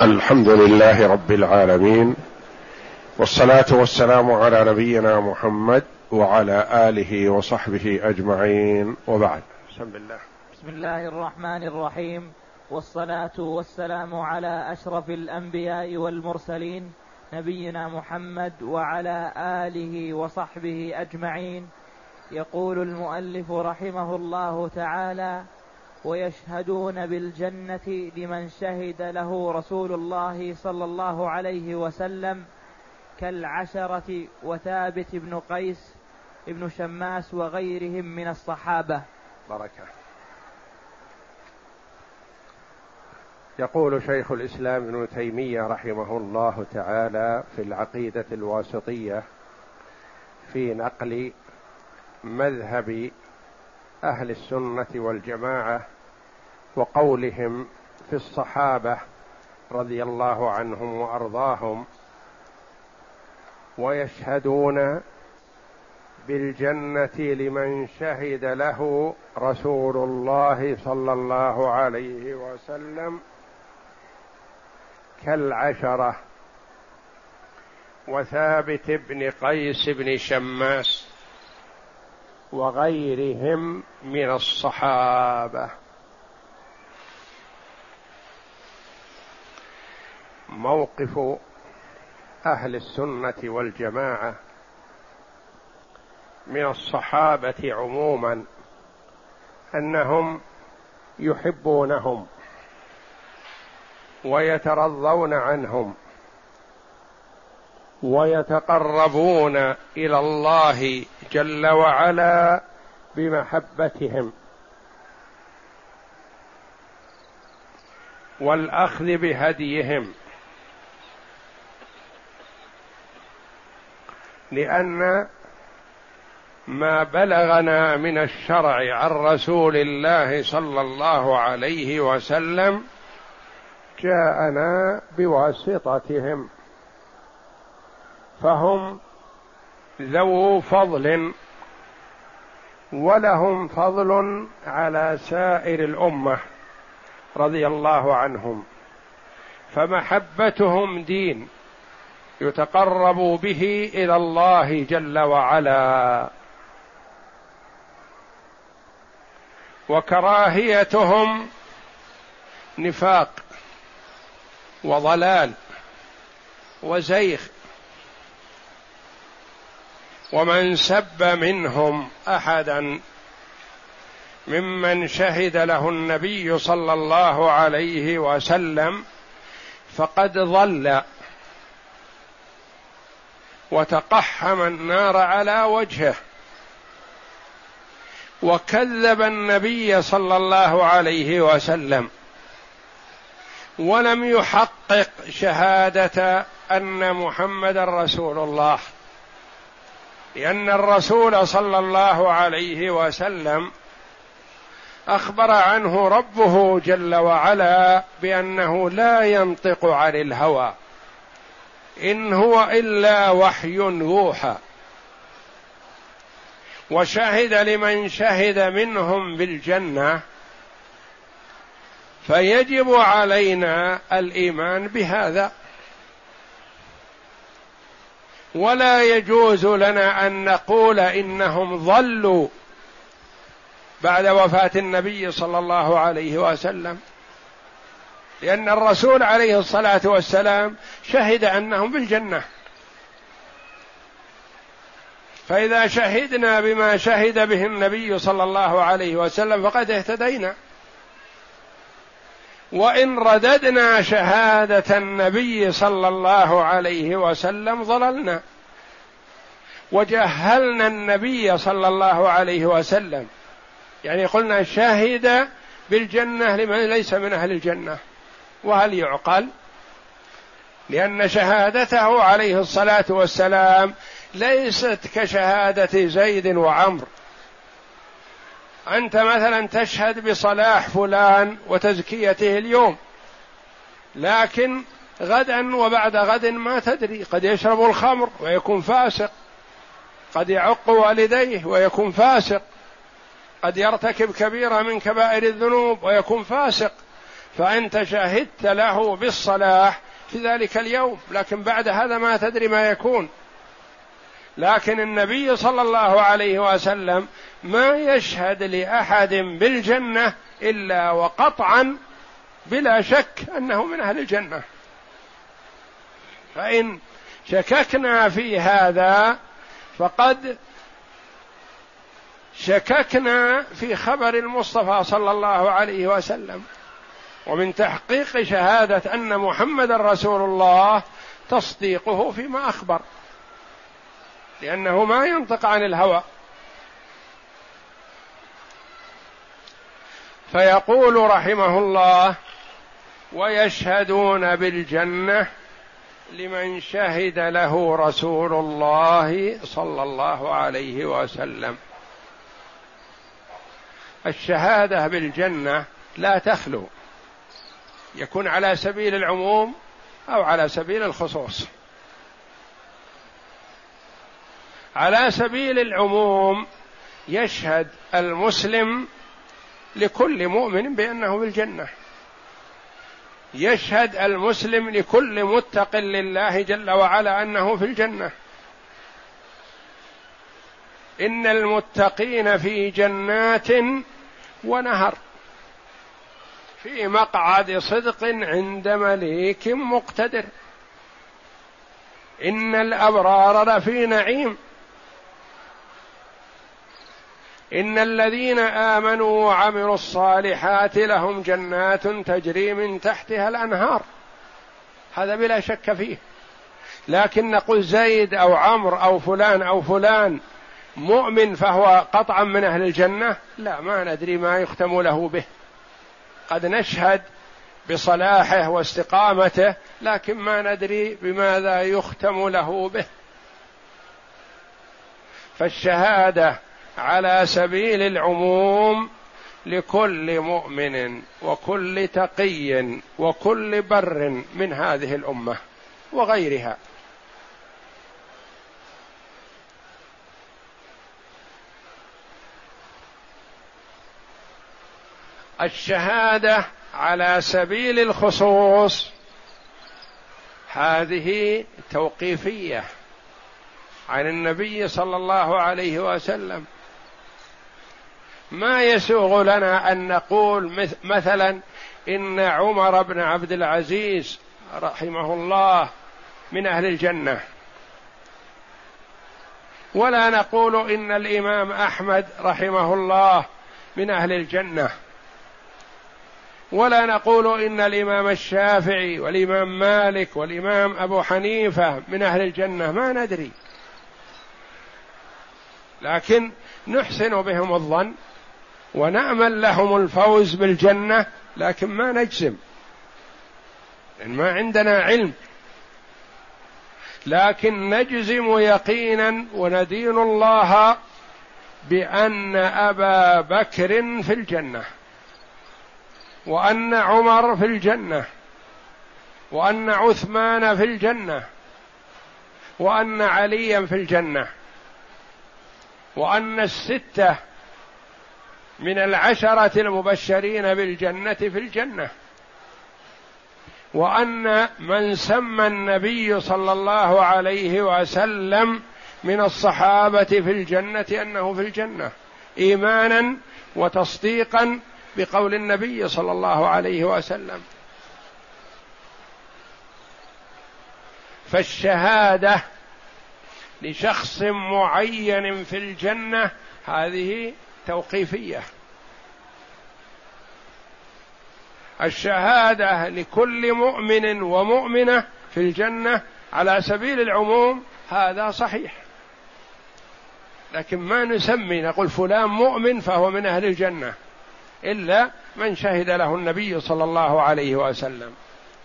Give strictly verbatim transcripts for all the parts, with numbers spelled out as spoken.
الحمد لله رب العالمين، والصلاة والسلام على نبينا محمد وعلى آله وصحبه أجمعين، وبعد. بسم الله بسم الله الرحمن الرحيم، والصلاة والسلام على أشرف الأنبياء والمرسلين نبينا محمد وعلى آله وصحبه أجمعين. يقول المؤلف رحمه الله تعالى: ويشهدون بالجنة لمن شهد له رسول الله صلى الله عليه وسلم كالعشرة وثابت بن قيس ابن شماس وغيرهم من الصحابة. بركة. يقول شيخ الإسلام ابن تيمية رحمه الله تعالى في العقيدة الواسطية في نقل مذهب أهل السنة والجماعة وقولهم في الصحابة رضي الله عنهم وأرضاهم: ويشهدون بالجنة لمن شهد له رسول الله صلى الله عليه وسلم كالعشرة وثابت بن قيس بن شماس وغيرهم من الصحابة. موقف أهل السنة والجماعة من الصحابة عموما أنهم يحبونهم ويترضون عنهم ويتقربون إلى الله جل وعلا بمحبتهم والأخذ بهديهم، لأن ما بلغنا من الشرع عن رسول الله صلى الله عليه وسلم جاءنا بواسطتهم، فهم ذو فضل ولهم فضل على سائر الأمة رضي الله عنهم، فمحبتهم دين يتقرب به إلى الله جل وعلا، وكراهيتهم نفاق وضلال وزيغ. ومن سب منهم أحدا ممن شهد له النبي صلى الله عليه وسلم فقد ضل وتقحم النار على وجهه، وكذب النبي صلى الله عليه وسلم، ولم يحقق شهادة أن محمد رسول الله، لأن الرسول صلى الله عليه وسلم أخبر عنه ربه جل وعلا بأنه لا ينطق عن الهوى، إن هو إلا وحي يوحى. وشهد لمن شهد منهم بالجنة، فيجب علينا الإيمان بهذا، ولا يجوز لنا أن نقول إنهم ضلوا بعد وفاة النبي صلى الله عليه وسلم، لأن الرسول عليه الصلاة والسلام شهد أنهم بالجنة، فإذا شهدنا بما شهد به النبي صلى الله عليه وسلم فقد اهتدينا. وإن رددنا شهادة النبي صلى الله عليه وسلم ضللنا وجهلنا النبي صلى الله عليه وسلم، يعني قلنا شهد بالجنة لمن ليس من أهل الجنة، وهل يعقل؟ لأن شهادته عليه الصلاة والسلام ليست كشهادة زيد وعمر. أنت مثلا تشهد بصلاح فلان وتزكيته اليوم، لكن غدا وبعد غد ما تدري، قد يشرب الخمر ويكون فاسق، قد يعق والديه ويكون فاسق، قد يرتكب كبيرة من كبائر الذنوب ويكون فاسق. فأنت شهدت له بالصلاح في ذلك اليوم، لكن بعد هذا ما تدري ما يكون. لكن النبي صلى الله عليه وسلم ما يشهد لأحد بالجنة إلا وقطعا بلا شك أنه من أهل الجنة. فإن شككنا في هذا فقد شككنا في خبر المصطفى صلى الله عليه وسلم. ومن تحقيق شهادة أن محمد رسول الله تصديقه فيما أخبر، لأنه ما ينطق عن الهوى. فيقول رحمه الله: ويشهدون بالجنة لمن شهد له رسول الله صلى الله عليه وسلم. الشهادة بالجنة لا تخلو، يكون على سبيل العموم أو على سبيل الخصوص. على سبيل العموم يشهد المسلم لكل مؤمن بأنه بالجنة، يشهد المسلم لكل متق لله جل وعلا أنه في الجنة. إن المتقين في جنات ونهر في مقعد صدق عند مليك مقتدر. إن الأبرار لفي نعيم. إن الذين آمنوا وعملوا الصالحات لهم جنات تجري من تحتها الأنهار، هذا بلا شك فيه. لكن نقول زيد أو عمرو أو فلان أو فلان مؤمن فهو قطعا من أهل الجنة، لا، ما ندري ما يختم له به. قد نشهد بصلاحه واستقامته، لكن ما ندري بماذا يختم له به. فالشهادة على سبيل العموم لكل مؤمن وكل تقي وكل بر من هذه الأمة وغيرها. الشهادة على سبيل الخصوص هذه توقيفية عن النبي صلى الله عليه وسلم. ما يسوغ لنا أن نقول مثلا إن عمر بن عبد العزيز رحمه الله من أهل الجنة، ولا نقول إن الإمام أحمد رحمه الله من أهل الجنة، ولا نقول إن الإمام الشافعي والإمام مالك والإمام أبو حنيفة من أهل الجنة، ما ندري. لكن نحسن بهم الظن ونأمل لهم الفوز بالجنة، لكن ما نجزم لأن ما عندنا علم. لكن نجزم يقينا وندين الله بأن أبا بكر في الجنة، وأن عمر في الجنة، وأن عثمان في الجنة، وأن عليا في الجنة، وأن الستة من العشرة المبشرين بالجنة في الجنة، وأن من سمى النبي صلى الله عليه وسلم من الصحابة في الجنة أنه في الجنة، إيمانا وتصديقا بقول النبي صلى الله عليه وسلم. فالشهادة لشخص معين في الجنة هذه توقيفية. الشهادة لكل مؤمن ومؤمنة في الجنة على سبيل العموم هذا صحيح، لكن ما نسمي نقول فلان مؤمن فهو من أهل الجنة إلا من شهد له النبي صلى الله عليه وسلم.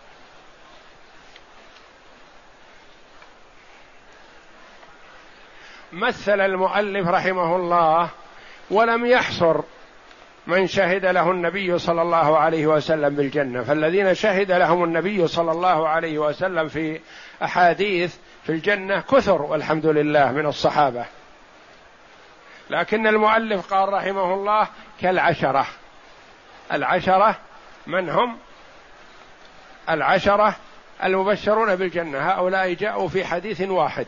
مثل المؤلف رحمه الله ولم يحصر من شهد له النبي صلى الله عليه وسلم بالجنة، فالذين شهد لهم النبي صلى الله عليه وسلم في أحاديث في الجنة كثر والحمد لله من الصحابة، لكن المؤلف قال رحمه الله كالعشرة. العشرة من هم؟ العشرة المبشرون بالجنة، هؤلاء جاءوا في حديث واحد،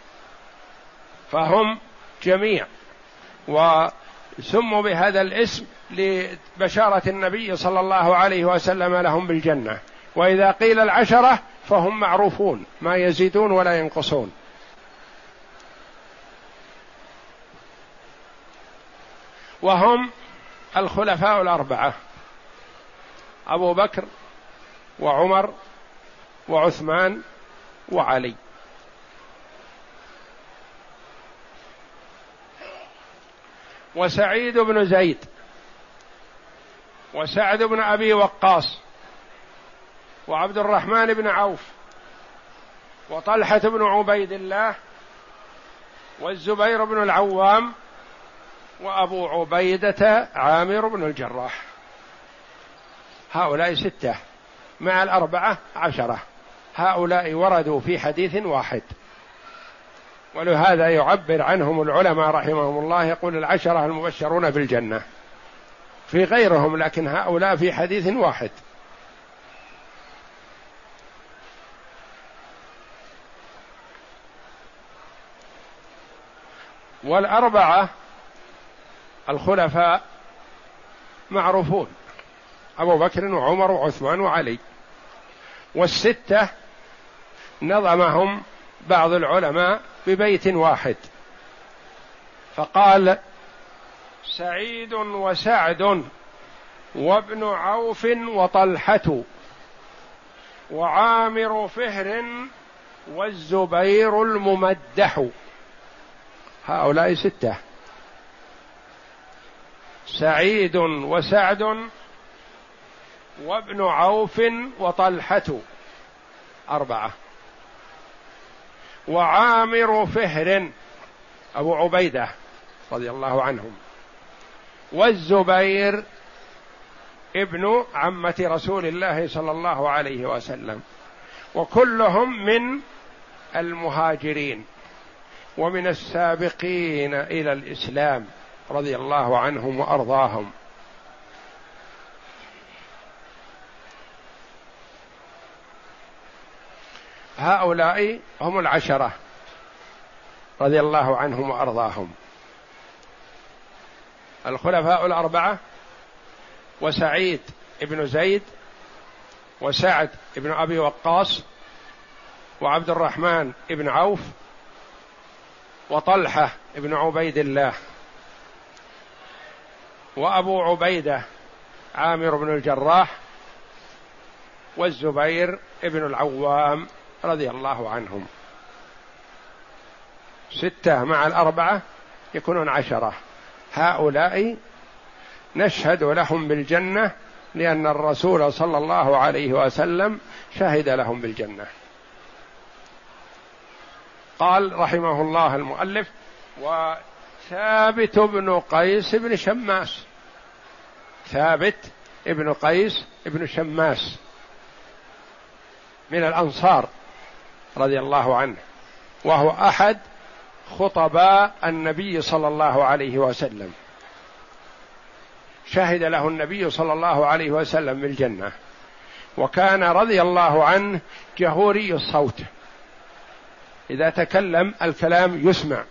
فهم جميع، وسموا بهذا الاسم لبشارة النبي صلى الله عليه وسلم لهم بالجنة. وإذا قيل العشرة فهم معروفون، ما يزيدون ولا ينقصون. وهم الخلفاء الأربعة: أبو بكر وعمر وعثمان وعلي. وسعيد بن زيد وسعد بن أبي وقاص وعبد الرحمن بن عوف وطلحة بن عبيد الله والزبير بن العوام وأبو عبيدة عامر بن الجراح. هؤلاء ستة مع الأربعة عشرة، هؤلاء وردوا في حديث واحد، ولهذا يعبر عنهم العلماء رحمهم الله، يقول العشرة المبشرون بالجنة، في غيرهم لكن هؤلاء في حديث واحد. والأربعة الخلفاء معروفون: أبو بكر وعمر وعثمان وعلي. والستة نظمهم بعض العلماء ببيت واحد، فقال: سعيد وسعد وابن عوف وطلحة وعامر فهر والزبير الممدح. هؤلاء ستة: سعيد وسعد وابن عوف وطلحة أربعة، وعامر فهر أبو عبيدة رضي الله عنهم، والزبير ابن عمة رسول الله صلى الله عليه وسلم، وكلهم من المهاجرين ومن السابقين إلى الإسلام رضي الله عنهم وأرضاهم. هؤلاء هم العشرة رضي الله عنهم وأرضاهم: الخلفاء الأربعة، وسعيد بن زيد وسعد بن أبي وقاص وعبد الرحمن بن عوف وطلحة بن عبيد الله وأبو عبيدة عامر بن الجراح والزبير بن العوام رضي الله عنهم. ستة مع الأربعة يكونون عشرة، هؤلاء نشهد لهم بالجنة لأن الرسول صلى الله عليه وسلم شهد لهم بالجنة. قال رحمه الله المؤلف: وثابت بن قيس بن شماس. ثابت ابن قيس ابن شماس من الأنصار رضي الله عنه، وهو أحد خطباء النبي صلى الله عليه وسلم، شهد له النبي صلى الله عليه وسلم بالجنة، وكان رضي الله عنه جهوري الصوت، إذا تكلم الكلام يسمع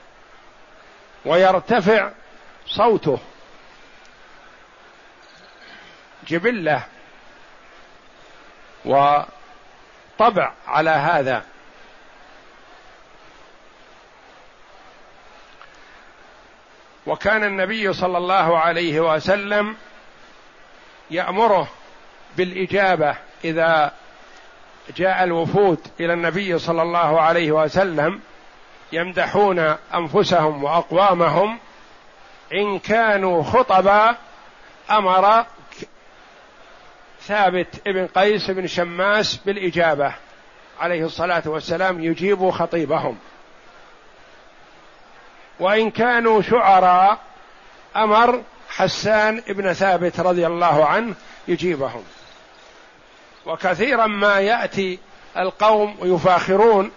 ويرتفع صوته، جبلة وطبع على هذا. وكان النبي صلى الله عليه وسلم يأمره بالإجابة إذا جاء الوفود إلى النبي صلى الله عليه وسلم يمدحون أنفسهم وأقوامهم، إن كانوا خطبا أمر ثابت ابن قيس بن شماس بالإجابة عليه الصلاة والسلام، يجيب خطيبهم. وإن كانوا شعراء أمر حسان ابن ثابت رضي الله عنه يجيبهم. وكثيرا ما يأتي القوم ويفاخرون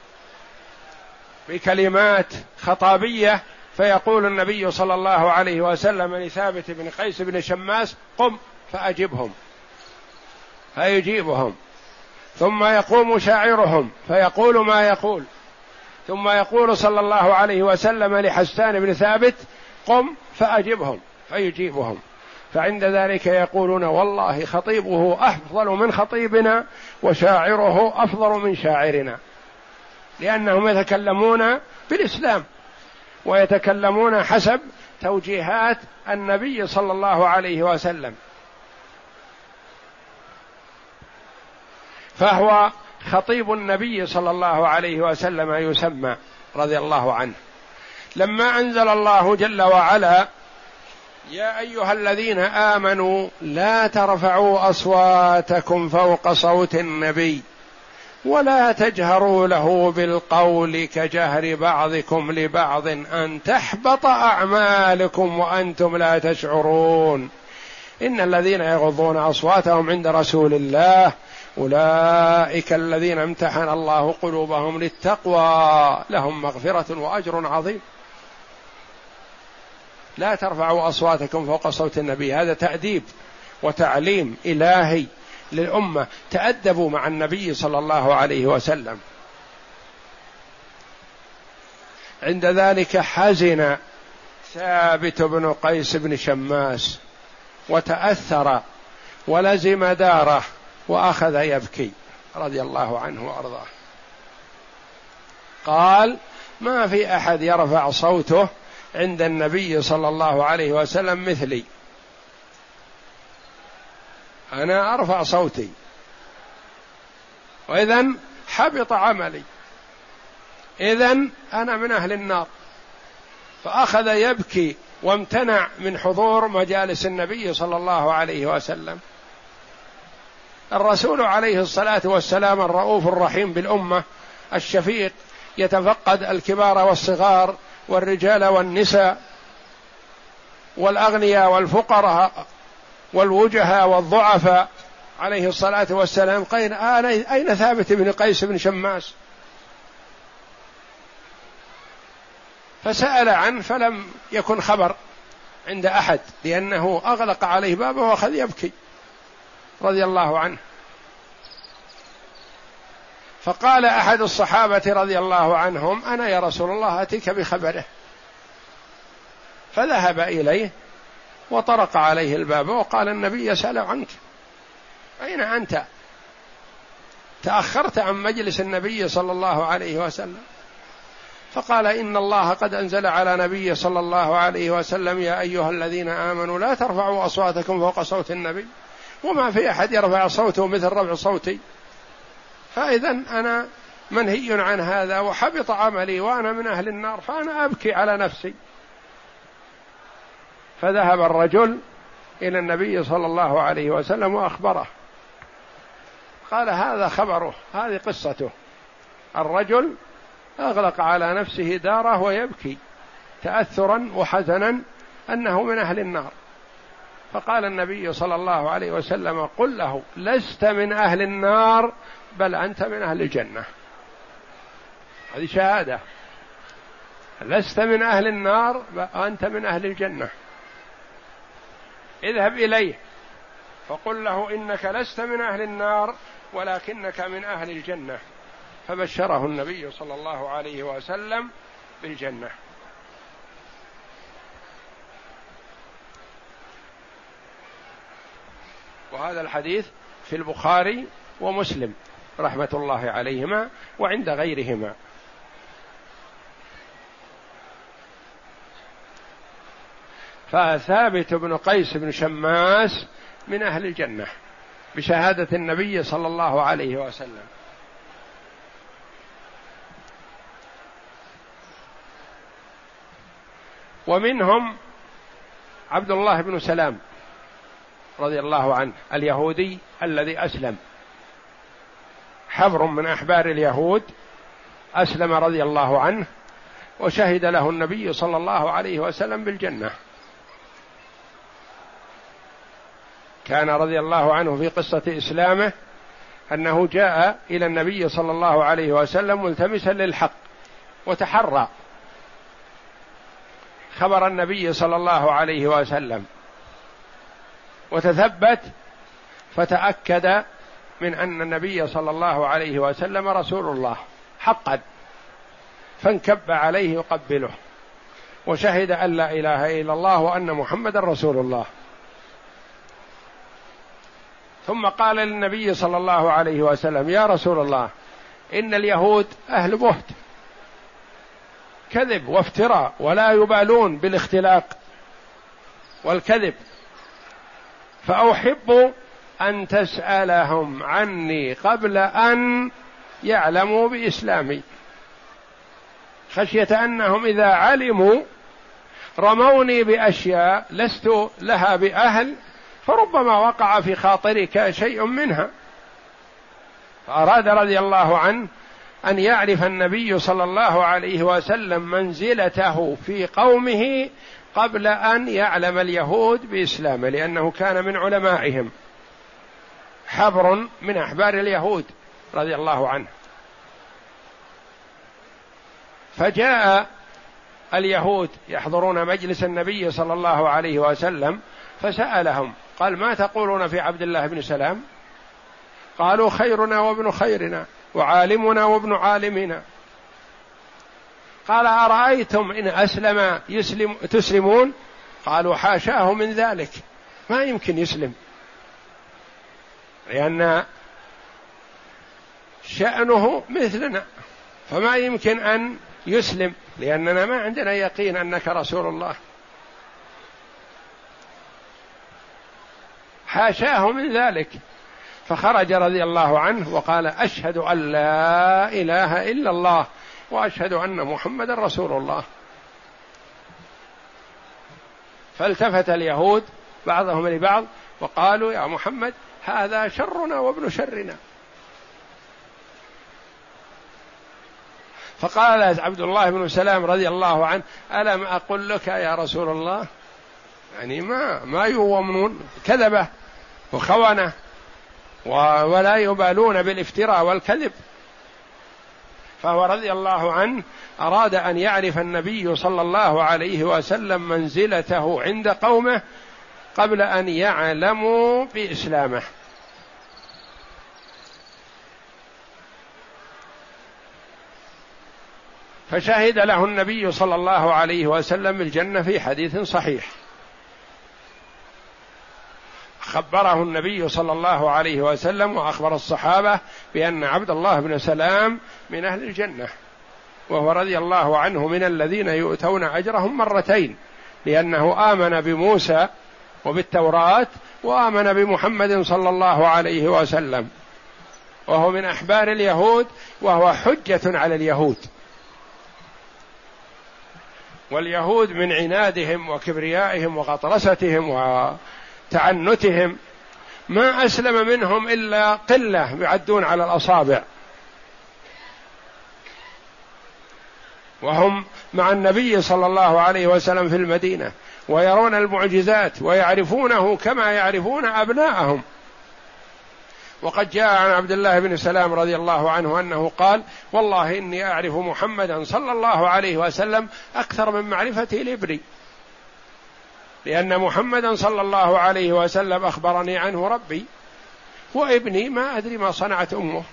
بكلمات خطابية، فيقول النبي صلى الله عليه وسلم لثابت بن قيس بن شماس: قم فأجبهم. فيجيبهم، ثم يقوم شاعرهم فيقول ما يقول، ثم يقول صلى الله عليه وسلم لحسان بن ثابت قم فأجبهم فيجيبهم، فعند ذلك يقولون والله خطيبه أفضل من خطيبنا وشاعره أفضل من شاعرنا، لأنهم يتكلمون بالإسلام ويتكلمون حسب توجيهات النبي صلى الله عليه وسلم، فهو خطيب النبي صلى الله عليه وسلم يسمى رضي الله عنه. لما أنزل الله جل وعلا يا أيها الذين آمنوا لا ترفعوا أصواتكم فوق صوت النبي ولا تجهروا له بالقول كجهر بعضكم لبعض أن تحبط أعمالكم وأنتم لا تشعرون إن الذين يغضون أصواتهم عند رسول الله أولئك الذين امتحن الله قلوبهم للتقوى لهم مغفرة وأجر عظيم. لا ترفعوا أصواتكم فوق صوت النبي، هذا تأديب وتعليم إلهي للأمة، تأدبوا مع النبي صلى الله عليه وسلم. عند ذلك حزن ثابت بن قيس بن شماس وتأثر ولزم داره وأخذ يبكي رضي الله عنه وأرضاه. قال ما في أحد يرفع صوته عند النبي صلى الله عليه وسلم مثلي، أنا أرفع صوتي وإذن حبط عملي، إذن أنا من أهل النار. فأخذ يبكي وامتنع من حضور مجالس النبي صلى الله عليه وسلم. الرسول عليه الصلاة والسلام الرؤوف الرحيم بالأمة الشفيق يتفقد الكبار والصغار والرجال والنساء والأغنياء والفقراء والوجهاء والضعفاء عليه الصلاة والسلام. قيل أين ثابت بن قيس بن شماس؟ فسأل عنه فلم يكن خبر عند أحد، لأنه أغلق عليه بابه وأخذ يبكي رضي الله عنه. فقال أحد الصحابة رضي الله عنهم أنا يا رسول الله أتيك بخبره، فذهب إليه وطرق عليه الباب وقال النبي يسأل عنك، أين أنت؟ تأخرت عن مجلس النبي صلى الله عليه وسلم. فقال إن الله قد أنزل على نبي صلى الله عليه وسلم يا أيها الذين آمنوا لا ترفعوا أصواتكم فوق صوت النبي، وما في أحد يرفع صوته مثل رفع صوتي، فإذا أنا منهي عن هذا وحبط عملي وأنا من أهل النار، فأنا أبكي على نفسي. فذهب الرجل إلى النبي صلى الله عليه وسلم وأخبره، قال هذا خبره، هذه قصته، الرجل أغلق على نفسه داره ويبكي تأثرا وحزنا أنه من أهل النار. فقال النبي صلى الله عليه وسلم قل له لست من أهل النار بل أنت من أهل الجنة. هذه شهادة، لست من أهل النار بل أنت من أهل الجنة. اذهب إليه فقل له إنك لست من أهل النار ولكنك من أهل الجنة. فبشره النبي صلى الله عليه وسلم بالجنة. وهذا الحديث في البخاري ومسلم رحمة الله عليهما وعند غيرهما. فثابت بن قيس بن شماس من أهل الجنة بشهادة النبي صلى الله عليه وسلم. ومنهم عبد الله بن سلام رضي الله عنه اليهودي الذي أسلم، حبر من أحبار اليهود، أسلم رضي الله عنه وشهد له النبي صلى الله عليه وسلم بالجنة. كان رضي الله عنه في قصة إسلامه أنه جاء إلى النبي صلى الله عليه وسلم ملتمسا للحق وتحرى خبر النبي صلى الله عليه وسلم وتثبت، فتأكد من أن النبي صلى الله عليه وسلم رسول الله حقا، فانكب عليه يقبله وشهد أن لا إله إلا الله وأن محمد رسول الله. ثم قال للنبي صلى الله عليه وسلم: يا رسول الله، إن اليهود أهل بهت، كذب وافتراء، ولا يبالون بالاختلاق والكذب، فأحب أن تسألهم عني قبل أن يعلموا بإسلامي، خشية أنهم إذا علموا رموني بأشياء لست لها بأهل، فربما وقع في خاطرك شيء منها. فأراد رضي الله عنه أن يعرف النبي صلى الله عليه وسلم منزلته في قومه قبل أن يعلم اليهود بإسلامه، لأنه كان من علمائهم، حبر من أحبار اليهود رضي الله عنه. فجاء اليهود يحضرون مجلس النبي صلى الله عليه وسلم فسألهم، قال: ما تقولون في عبد الله بن سلام؟ قالوا: خيرنا وابن خيرنا وعالمنا وابن عالمنا. قال: أرأيتم إن أسلم يسلم تسلمون؟ قالوا: حاشاه من ذلك، ما يمكن يسلم، لأن شأنه مثلنا، فما يمكن أن يسلم، لأننا ما عندنا يقين أنك رسول الله. حاشاه من ذلك. فخرج رضي الله عنه وقال: أشهد أن لا إله إلا الله وأشهد أن محمد رسول الله. فالتفت اليهود بعضهم لبعض وقالوا: يا محمد، هذا شرنا وابن شرنا. فقال عبد الله بن سلام رضي الله عنه: ألم أقل لك يا رسول الله؟ يعني ما ما يؤمنون، كذبة وخونة ولا يبالون بالافتراء والكذب. فهو رضي الله عنه أراد أن يعرف النبي صلى الله عليه وسلم منزلته عند قومه قبل أن يعلموا بإسلامه. فشهد له النبي صلى الله عليه وسلم بالجنة في حديث صحيح، خبره النبي صلى الله عليه وسلم وأخبر الصحابة بأن عبد الله بن سلام من أهل الجنة، وهو رضي الله عنه من الذين يؤتون أجرهم مرتين، لأنه آمن بموسى وبالتوراة وآمن بمحمد صلى الله عليه وسلم، وهو من أحبار اليهود، وهو حجة على اليهود. واليهود من عنادهم وكبريائهم وغطرستهم وتعنتهم ما أسلم منهم إلا قلة يعدون على الأصابع، وهم مع النبي صلى الله عليه وسلم في المدينة ويرون المعجزات ويعرفونه كما يعرفون أبناءهم. وقد جاء عن عبد الله بن سلام رضي الله عنه أنه قال: والله إني أعرف محمدا صلى الله عليه وسلم أكثر من معرفتي لابني، لأن محمدا صلى الله عليه وسلم أخبرني عنه ربي، وابني ما أدري ما صنعت أمه.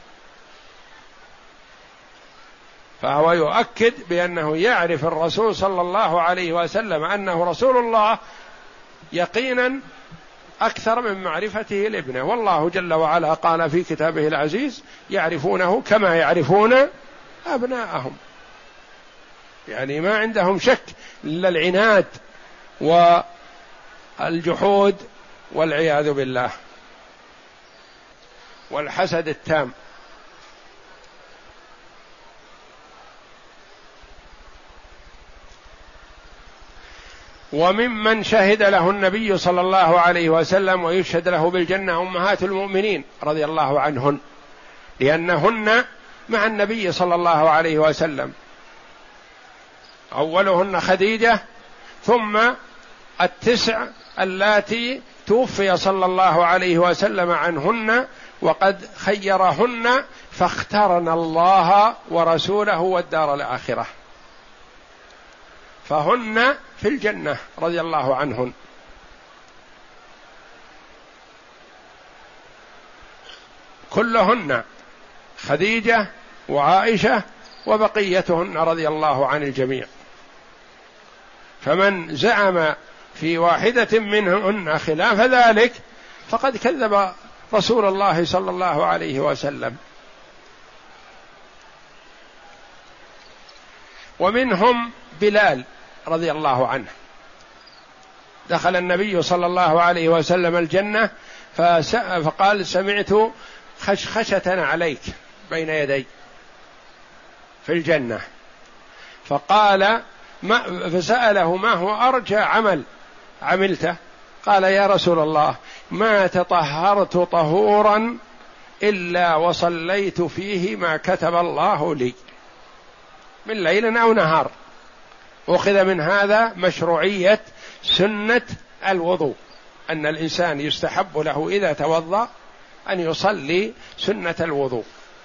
فهو يؤكد بأنه يعرف الرسول صلى الله عليه وسلم أنه رسول الله يقينا أكثر من معرفته لابنه. والله جل وعلا قال في كتابه العزيز: يعرفونه كما يعرفون أبناءهم. يعني ما عندهم شك إلا العناد والجحود والعياذ بالله والحسد التام. وممن شهد له النبي صلى الله عليه وسلم ويشهد له بالجنة أمهات المؤمنين رضي الله عنهن، لأنهن مع النبي صلى الله عليه وسلم، أولهن خديجة، ثم التسع اللاتي توفي صلى الله عليه وسلم عنهن وقد خيرهن فاختارن الله ورسوله والدار الآخرة، فهن في الجنة رضي الله كلهن خديجة وعائشة وبقيتهن رضي الله عن الجميع. فمن زعم في واحدة منهن خلاف ذلك فقد كذب رسول الله صلى الله عليه وسلم. ومنهم بلال رضي الله عنه، دخل النبي صلى الله عليه وسلم الجنة فقال: سمعت خشخشة عليك بين يدي في الجنة. فقال ما فسأله: ما هو أرجى عمل عملته؟ قال: يا رسول الله، ما تطهرت طهورا إلا وصليت فيه ما كتب الله لي من ليل أو نهار. أخذ من هذا مشروعية سنة الوضوء، أن الإنسان يستحب له إذا توضأ أن يصلي سنة الوضوء.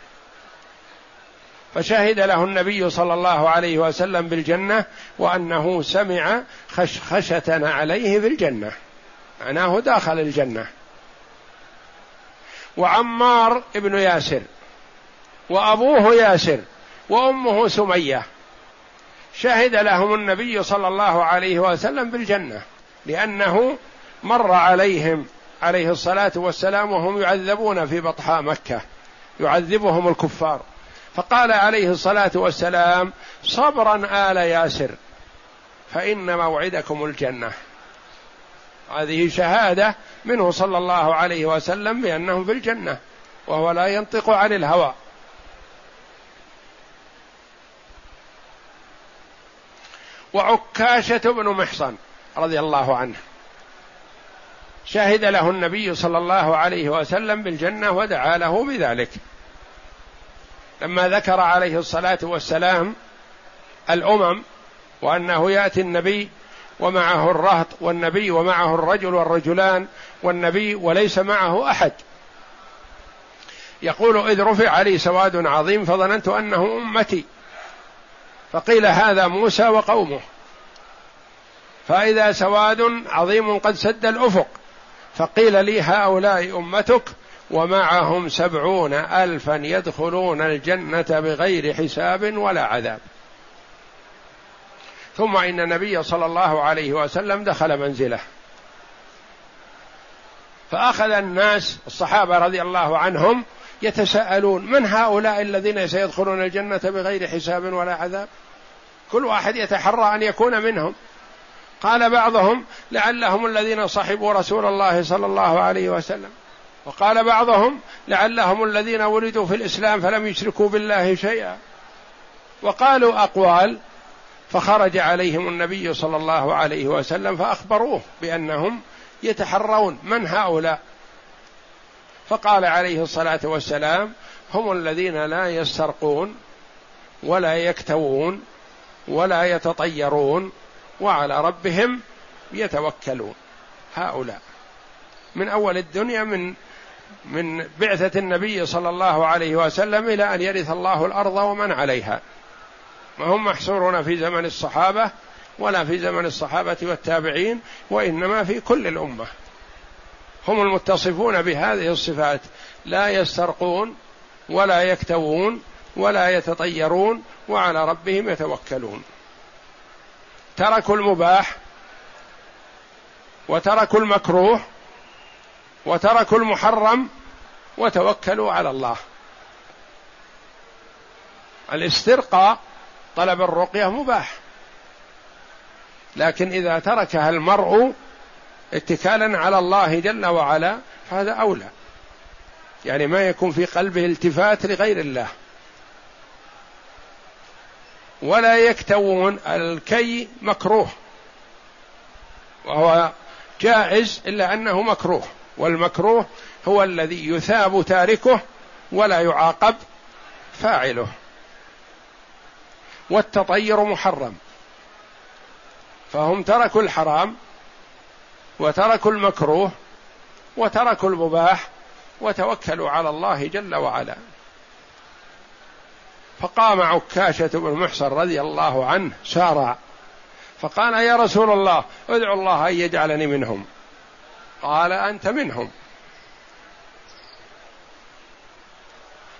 فشهد له النبي صلى الله عليه وسلم بالجنة، وأنه سمع خشخشة عليه في الجنة، معناه داخل الجنة. وعمار ابن ياسر وأبوه ياسر وأمه سمية شهد لهم النبي صلى الله عليه وسلم بالجنة، لأنه مر عليهم عليه الصلاة والسلام وهم يعذبون في بطحاء مكة، يعذبهم الكفار، فقال عليه الصلاة والسلام: صبرا آل ياسر فإن موعدكم الجنة. هذه شهادة منه صلى الله عليه وسلم بأنهم في الجنة، وهو لا ينطق عن الهوى. وعكاشة بن محصن رضي الله عنه شهد له النبي صلى الله عليه وسلم بالجنة ودعا له بذلك، لما ذكر عليه الصلاة والسلام الأمم، وأنه يأتي النبي ومعه الرهط، والنبي ومعه الرجل والرجلان، والنبي وليس معه أحد. يقول: إذ رفع لي سواد عظيم فظننت أنه أمتي، فقيل هذا موسى وقومه، فإذا سواد عظيم قد سد الأفق، فقيل لي هؤلاء أمتك ومعهم سبعون ألفا يدخلون الجنة بغير حساب ولا عذاب. ثم إن النبي صلى الله عليه وسلم دخل منزله، فأخذ الناس الصحابة رضي الله عنهم يتساءلون: من هؤلاء الذين سيدخلون الجنة بغير حساب ولا عذاب؟ كل واحد يتحرى أن يكون منهم. قال بعضهم: لعلهم الذين صحبوا رسول الله صلى الله عليه وسلم. وقال بعضهم: لعلهم الذين ولدوا في الإسلام فلم يشركوا بالله شيئا. وقالوا أقوال، فخرج عليهم النبي صلى الله عليه وسلم فأخبروه بأنهم يتحرون من هؤلاء، فقال عليه الصلاة والسلام: هم الذين لا يسترقون ولا يكتوون ولا يتطيرون وعلى ربهم يتوكلون. هؤلاء من أول الدنيا، من من بعثة النبي صلى الله عليه وسلم إلى أن يرث الله الأرض ومن عليها، ما هم محصورون في زمن الصحابة ولا في زمن الصحابة والتابعين، وإنما في كل الأمة. هم المتصفون بهذه الصفات: لا يسترقون ولا يكتوون ولا يتطيرون وعلى ربهم يتوكلون. تركوا المباح وتركوا المكروه وتركوا المحرم وتوكلوا على الله. الاسترقاء طلب الرقية مباح، لكن إذا تركها المرء اتكالا على الله جل وعلا فهذا أولى، يعني ما يكون في قلبه التفات لغير الله. ولا يكتوون، الكي مكروه وهو جائز إلا أنه مكروه، والمكروه هو الذي يثاب تاركه ولا يعاقب فاعله. والتطير محرم، فهم تركوا الحرام وتركوا المكروه وتركوا المباح وتوكلوا على الله جل وعلا. فقام عكاشة بن محصن رضي الله عنه سارع فقال: يا رسول الله، ادعو الله أن يجعلني منهم. قال: أنت منهم.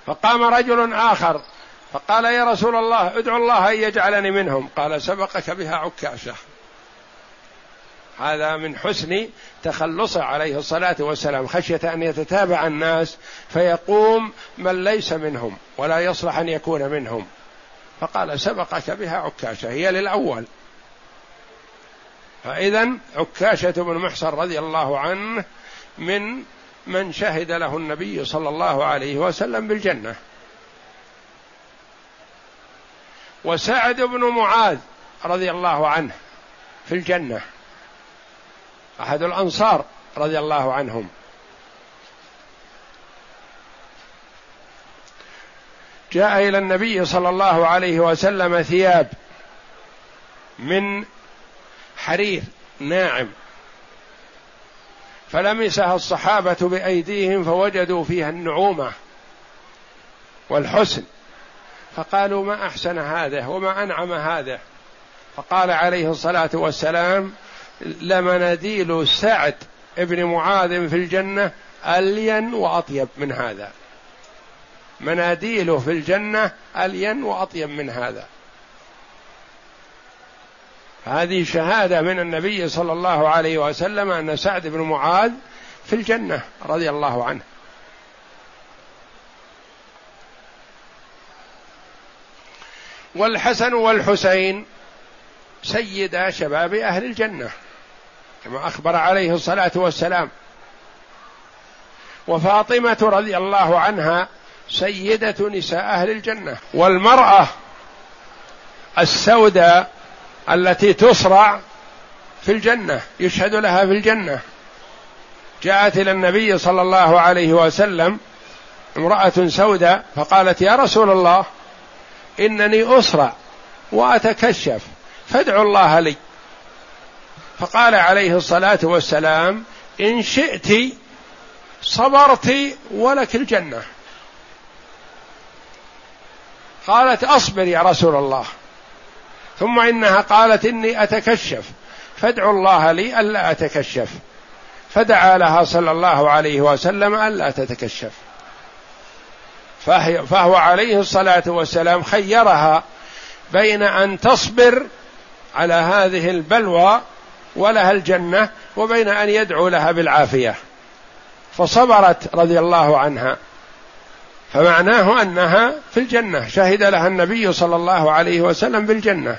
فقام رجل آخر فقال يا رسول الله ادعو الله أن يجعلني منهم، قال سبقك بها عكاشة. هذا من حسن تخلصه عليه الصلاة والسلام، خشية أن يتتابع الناس فيقوم من ليس منهم ولا يصلح أن يكون منهم، فقال سبقك بها عكاشة، هي للأول. فإذا عكاشة بن محصن رضي الله عنه من من شهد له النبي صلى الله عليه وسلم بالجنة. وسعد بن معاذ رضي الله عنه في الجنة، أحد الأنصار رضي الله عنهم، جاء إلى النبي صلى الله عليه وسلم ثياب من حرير ناعم، فلمسها الصحابة بأيديهم فوجدوا فيها النعومة والحسن، فقالوا ما أحسن هذا وما أنعم هذا. فقال عليه الصلاة والسلام لمناديل سعد ابن معاذ في الجنة ألين وأطيب من هذا، مناديله في الجنة ألين وأطيب من هذا. هذه شهادة من النبي صلى الله عليه وسلم أن سعد بن معاذ في الجنة رضي الله عنه. والحسن والحسين سيدا شباب أهل الجنة كما أخبر عليه الصلاة والسلام. وفاطمة رضي الله عنها سيدة نساء أهل الجنة. والمرأة السوداء التي تصرع في الجنة يشهد لها في الجنة. جاءت إلى النبي صلى الله عليه وسلم امرأة سوداء فقالت يا رسول الله إنني أصرع وأتكشف فادعوا الله لي. فقال عليه الصلاة والسلام إن شئت صبرت ولك الجنة. قالت أصبر يا رسول الله. ثم إنها قالت إني أتكشف فادعوا الله لي ألا أتكشف، فدعا لها صلى الله عليه وسلم ألا تتكشف. فهو عليه الصلاة والسلام خيرها بين أن تصبر على هذه البلوى ولها الجنة وبين أن يدعو لها بالعافية، فصبرت رضي الله عنها، فمعناه أنها في الجنة، شهد لها النبي صلى الله عليه وسلم بالجنة.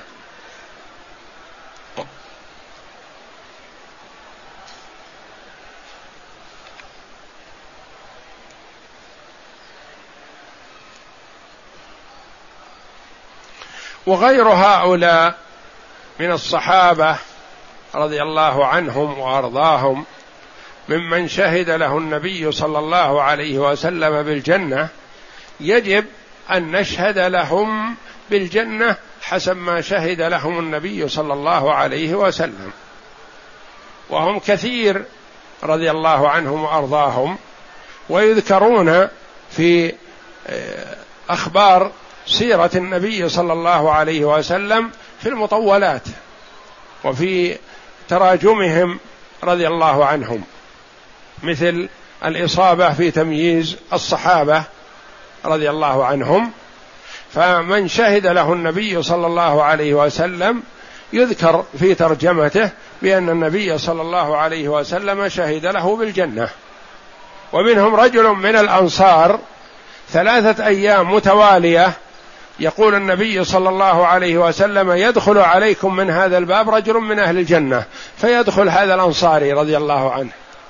وغير هؤلاء من الصحابة رضي الله عنهم وأرضاهم ممن شهد له النبي صلى الله عليه وسلم بالجنة يجب أن نشهد لهم بالجنة حسب ما شهد لهم النبي صلى الله عليه وسلم، وهم كثير رضي الله عنهم وأرضاهم، ويذكرون في أخبار سيرة النبي صلى الله عليه وسلم في المطولات وفي تراجمهم رضي الله عنهم، مثل الإصابة في تمييز الصحابة رضي الله عنهم. فمن شهد له النبي صلى الله عليه وسلم يذكر في ترجمته بأن النبي صلى الله عليه وسلم شهد له بالجنة. ومنهم رجل من الأنصار ثلاثة أيام متوالية يقول النبي صلى الله عليه وسلم يدخل عليكم من هذا الباب رجل من أهل الجنة، فيدخل هذا الأنصاري رضي الله عنه.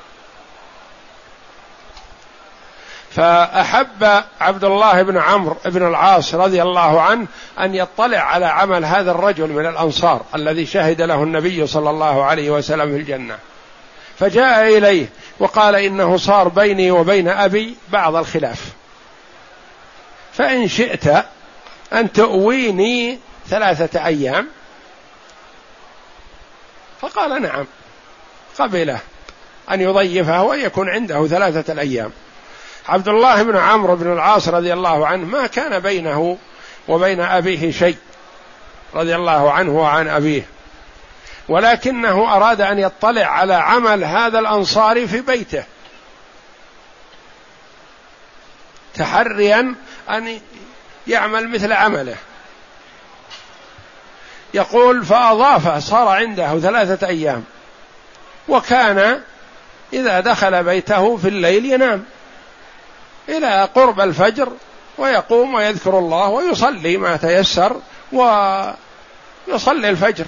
فأحب عبد الله بن عمرو بن العاص رضي الله عنه أن يطلع على عمل هذا الرجل من الأنصار الذي شهد له النبي صلى الله عليه وسلم في الجنة، فجاء إليه وقال إنه صار بيني وبين أبي بعض الخلاف، فإن شئت أن تؤويني ثلاثة أيام. فقال نعم، قبله أن يضيفه ويكون عنده ثلاثة الأيام. عبد الله بن عمرو بن العاص رضي الله عنه ما كان بينه وبين أبيه شيء رضي الله عنه وعن أبيه، ولكنه أراد أن يطلع على عمل هذا الأنصاري في بيته تحريا أن يعمل مثل عمله. يقول فأضاف صار عنده ثلاثة أيام، وكان إذا دخل بيته في الليل ينام إلى قرب الفجر ويقوم ويذكر الله ويصلي ما تيسر ويصلي الفجر.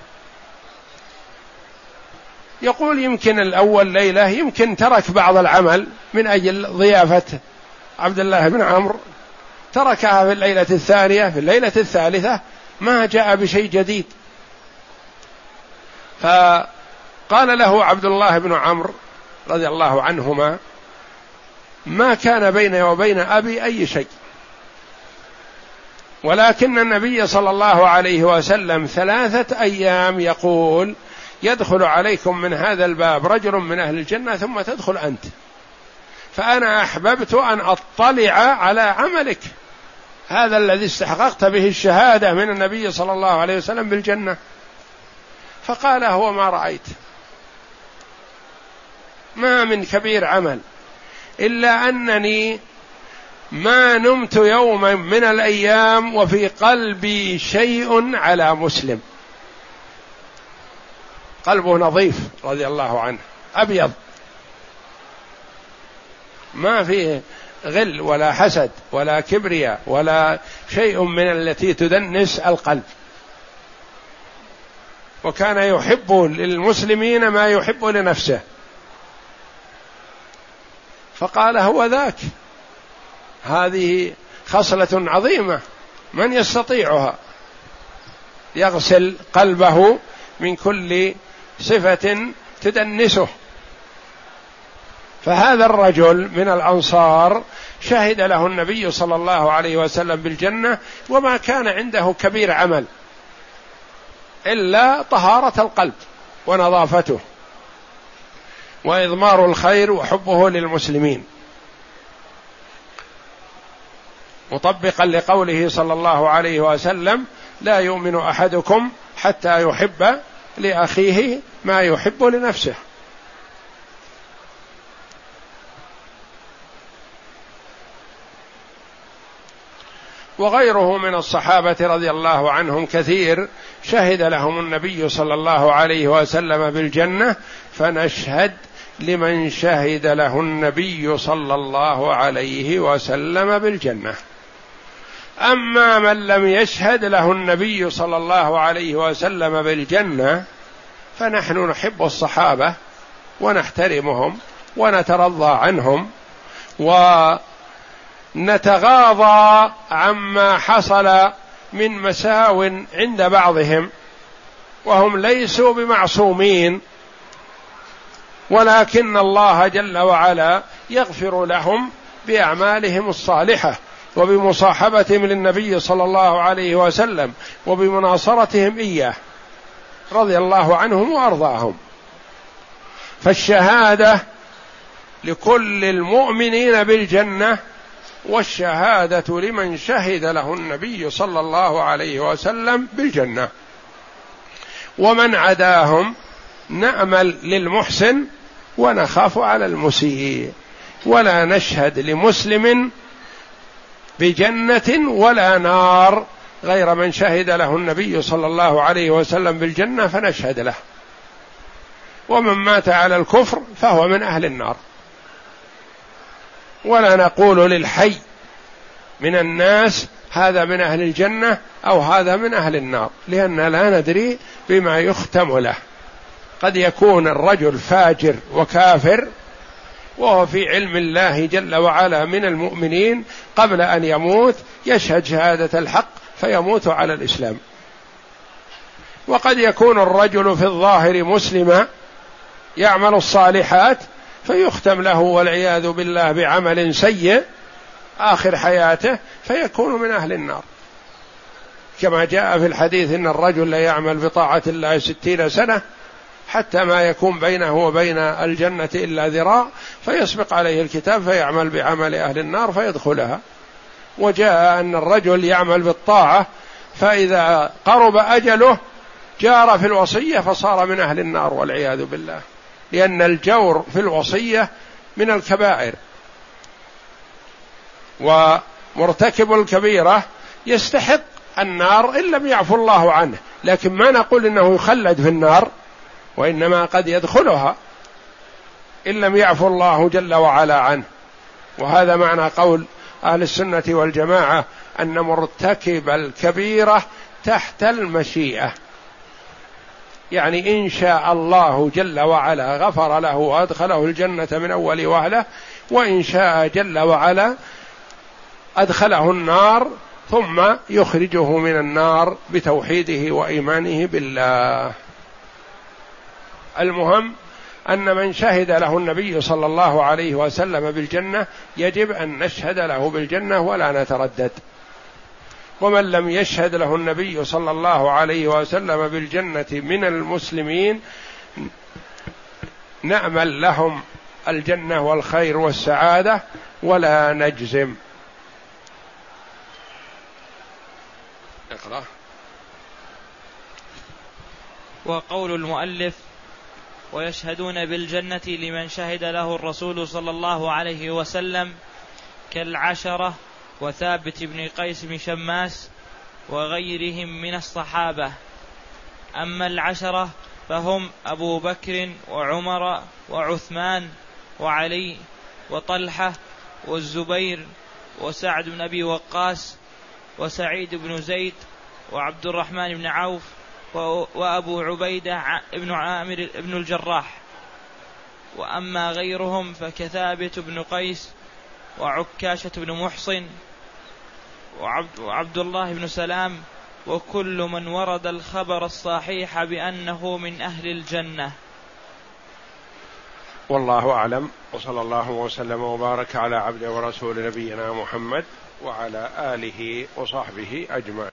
يقول يمكن الأول ليلة يمكن ترك بعض العمل من أجل ضيافة عبد الله بن عمرو، تركها في الليلة الثانية، في الليلة الثالثة ما جاء بشيء جديد. فقال له عبد الله بن عمرو رضي الله عنهما: ما كان بيني وبين أبي أي شيء، ولكن النبي صلى الله عليه وسلم ثلاثة أيام يقول: يدخل عليكم من هذا الباب رجل من أهل الجنة ثم تدخل أنت، فأنا أحببت أن أطلع على عملك هذا الذي استحققت به الشهادة من النبي صلى الله عليه وسلم بالجنة. فقال: هو ما رأيت، ما من كبير عمل إلا أنني ما نمت يوما من الأيام وفي قلبي شيء على مسلم. قلبه نظيف رضي الله عنه، أبيض، ما فيه غل ولا حسد ولا كبرياء ولا شيء من التي تدنس القلب، وكان يحب للمسلمين ما يحب لنفسه. فقال: هو ذاك، هذه خصلة عظيمة من يستطيعها، يغسل قلبه من كل صفة تدنسه. فهذا الرجل من الأنصار شهد له النبي صلى الله عليه وسلم بالجنة، وما كان عنده كبير عمل إلا طهارة القلب ونظافته وإضمار الخير وحبه للمسلمين، مطبقا لقوله صلى الله عليه وسلم: لا يؤمن أحدكم حتى يحب لأخيه ما يحب لنفسه. وغيره من الصحابة رضي الله عنهم كثير شهد لهم النبي صلى الله عليه وسلم بالجنة، فنشهد لمن شهد له النبي صلى الله عليه وسلم بالجنة. أما من لم يشهد له النبي صلى الله عليه وسلم بالجنة فنحن نحب الصحابة ونحترمهم ونترضى عنهم ونتغاضى عما حصل من مساو عند بعضهم، وهم ليسوا بمعصومين، ولكن الله جل وعلا يغفر لهم بأعمالهم الصالحة وبمصاحبتهم للنبي صلى الله عليه وسلم وبمناصرتهم إياه رضي الله عنهم وأرضاهم. فالشهادة لكل المؤمنين بالجنة، والشهادة لمن شهد له النبي صلى الله عليه وسلم بالجنة. ومن عداهم نأمل للمحسن ونخاف على المسيء، ولا نشهد لمسلم بجنة ولا نار غير من شهد له النبي صلى الله عليه وسلم بالجنة فنشهد له، ومن مات على الكفر فهو من أهل النار. ولا نقول للحي من الناس هذا من أهل الجنة أو هذا من أهل النار، لأن لا ندري بما يختم له. قد يكون الرجل فاجر وكافر وهو في علم الله جل وعلا من المؤمنين، قبل أن يموت يشهد شهادة الحق فيموت على الإسلام. وقد يكون الرجل في الظاهر مسلما يعمل الصالحات فيختم له والعياذ بالله بعمل سيء آخر حياته فيكون من أهل النار، كما جاء في الحديث إن الرجل لا يعمل بطاعة الله ستين سنة حتى ما يكون بينه وبين الجنة إلا ذراع فيسبق عليه الكتاب فيعمل بعمل أهل النار فيدخلها. وجاء أن الرجل يعمل بالطاعة فإذا قرب أجله جار في الوصية فصار من أهل النار والعياذ بالله، لأن الجور في الوصية من الكبائر. مرتكب الكبيرة يستحق النار إن لم يعفو الله عنه، لكن ما نقول إنه يخلد في النار، وإنما قد يدخلها إن لم يعفو الله جل وعلا عنه. وهذا معنى قول أهل السنة والجماعة أن مرتكب الكبيرة تحت المشيئة، يعني إن شاء الله جل وعلا غفر له وأدخله الجنة من أول وهلة، وإن شاء جل وعلا أدخله النار ثم يخرجه من النار بتوحيده وإيمانه بالله. المهم أن من شهد له النبي صلى الله عليه وسلم بالجنة يجب أن نشهد له بالجنة ولا نتردد، ومن لم يشهد له النبي صلى الله عليه وسلم بالجنة من المسلمين نأمل لهم الجنة والخير والسعادة ولا نجزم. اقرأ. وقول المؤلف: ويشهدون بالجنة لمن شهد له الرسول صلى الله عليه وسلم كالعشرة وثابت بن قيس بن شماس وغيرهم من الصحابة. أما العشرة فهم أبو بكر وعمر وعثمان وعلي وطلحة والزبير وسعد بن أبي وقاص وسعيد بن زيد وعبد الرحمن بن عوف وأبو عبيدة بن عامر بن الجراح. وأما غيرهم فكثابت بن قيس وعكاشة بن محصن وعبد الله بن سلام وكل من ورد الخبر الصحيح بأنه من أهل الجنة. والله أعلم، وصلى الله وسلم وبارك على عبده ورسول نبينا محمد وعلى آله وصحبه أجمعين.